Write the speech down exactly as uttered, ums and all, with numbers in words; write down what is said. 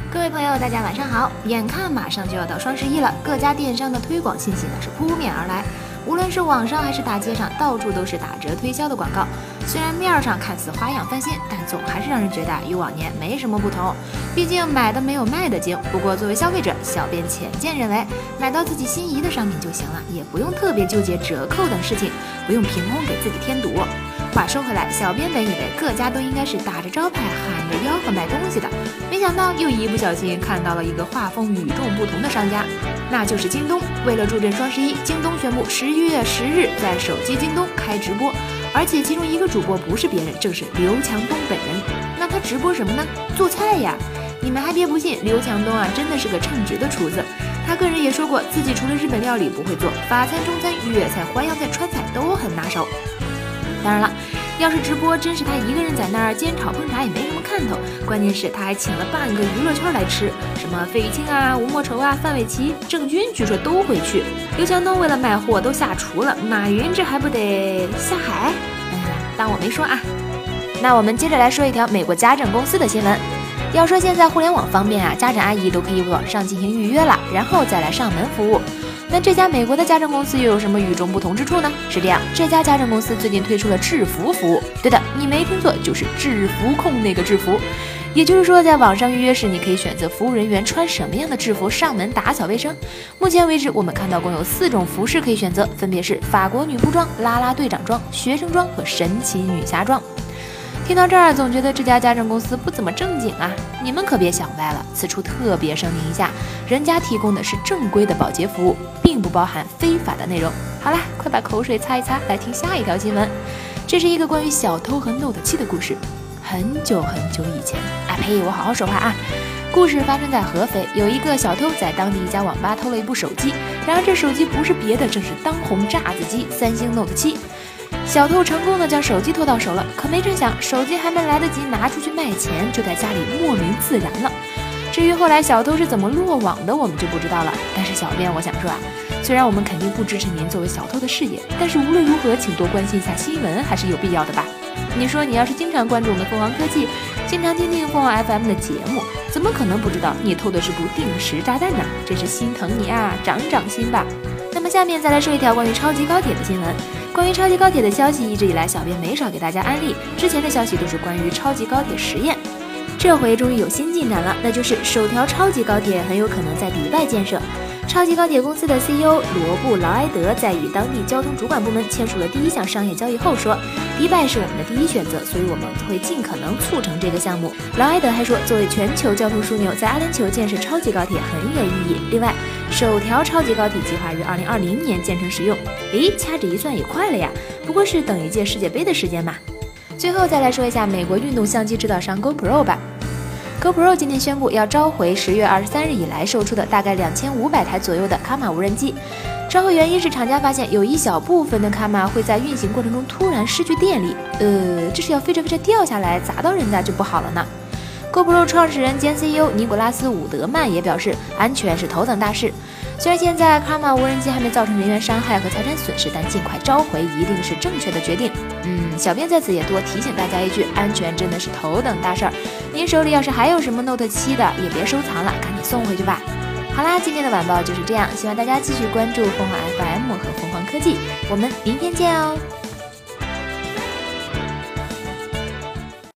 各位朋友，大家晚上好！眼看马上就要到双十一了，各家电商的推广信息呢是扑面而来，无论是网上还是大街上，到处都是打折推销的广告。虽然面上看似花样翻新，但总还是让人觉得与往年没什么不同。毕竟买的没有卖的精。不过作为消费者，小编浅见认为，买到自己心仪的商品就行了，也不用特别纠结折扣等事情，不用凭空给自己添堵。话说回来，小编本以为各家都应该是打着招牌喊着吆喝卖东西的，没想到又一不小心看到了一个画风与众不同的商家，那就是京东。为了助阵双十一，京东宣布十一月十日在手机京东开直播，而且其中一个主播不是别人，正是刘强东本人。那他直播什么呢？做菜呀！你们还别不信，刘强东啊真的是个称职的厨子。他个人也说过，自己除了日本料理不会做，法餐、中餐、粤菜、淮扬菜、川菜都很拿手。当然了，要是直播真是他一个人在那儿煎炒烹炸也没什么看头，关键是他还请了半个娱乐圈来吃，什么费玉清啊、吴莫愁啊、范玮琪、郑钧据说都会去。刘强东为了卖货都下厨了，马云这还不得下海？嗯，当我没说啊。那我们接着来说一条美国家政公司的新闻。要说现在互联网方面啊，家政阿姨都可以网上进行预约了，然后再来上门服务。那这家美国的家政公司又有什么与众不同之处呢？是这样，这家家政公司最近推出了制服服务。对的，你没听错，就是制服控那个制服。也就是说，在网上预约时，你可以选择服务人员穿什么样的制服上门打扫卫生。目前为止，我们看到共有四种服饰可以选择，分别是法国女仆装、啦啦队长装、学生装和神奇女侠装。听到这儿，总觉得这家家政公司不怎么正经啊！你们可别想歪了，此处特别声明一下，人家提供的是正规的保洁服务，并不包含非法的内容。好啦，快把口水擦一擦，来听下一条新闻。这是一个关于小偷和 Note 七的故事。很久很久以前，啊呸，我好好说话啊！故事发生在合肥，有一个小偷在当地一家网吧偷了一部手机，然而这手机不是别的，正是当红炸子机三星 Note 七。小偷成功的将手机偷到手了，可没成想，手机还没来得及拿出去卖钱，就在家里莫名自燃了。至于后来小偷是怎么落网的，我们就不知道了。但是小编我想说啊，虽然我们肯定不支持您作为小偷的事业，但是无论如何，请多关心一下新闻还是有必要的吧。你说你要是经常关注我们凤凰科技，经常听听凤凰 F M 的节目，怎么可能不知道你偷的是部定时炸弹呢？真是心疼你啊，长长心吧。那么下面再来说一条关于超级高铁的新闻。关于超级高铁的消息，一直以来小编没少给大家安利，之前的消息都是关于超级高铁实验，这回终于有新进展了，那就是首条超级高铁很有可能在迪拜建设。超级高铁公司的 C E O 罗布劳埃德在与当地交通主管部门签署了第一项商业交易后说，迪拜是我们的第一选择，所以我们会尽可能促成这个项目。劳埃德还说，作为全球交通枢纽，在阿联酋建设超级高铁很有意义。另外，首条超级高铁计划于二零二零年建成使用。诶，掐指一算也快了呀，不过是等一届世界杯的时间嘛。最后再来说一下美国运动相机制造商 GoPro 吧。GoPro 今天宣布要召回十月二十三日以来售出的大概两千五百台左右的卡玛无人机。召回原因是厂家发现有一小部分的卡玛会在运行过程中突然失去电力，呃，这是要飞着飞着掉下来砸到人家就不好了呢。GoPro 创始人兼 C E O 尼古拉斯·伍德曼也表示，安全是头等大事。虽然现在卡玛无人机还没造成人员伤害和财产损失，但尽快召回一定是正确的决定。嗯，小编在此也多提醒大家一句，安全真的是头等大事儿。您手里要是还有什么 Note 七的，也别收藏了，赶紧送回去吧。好啦，今天的晚报就是这样，希望大家继续关注凤凰 F M 和凤凰科技，我们明天见哦。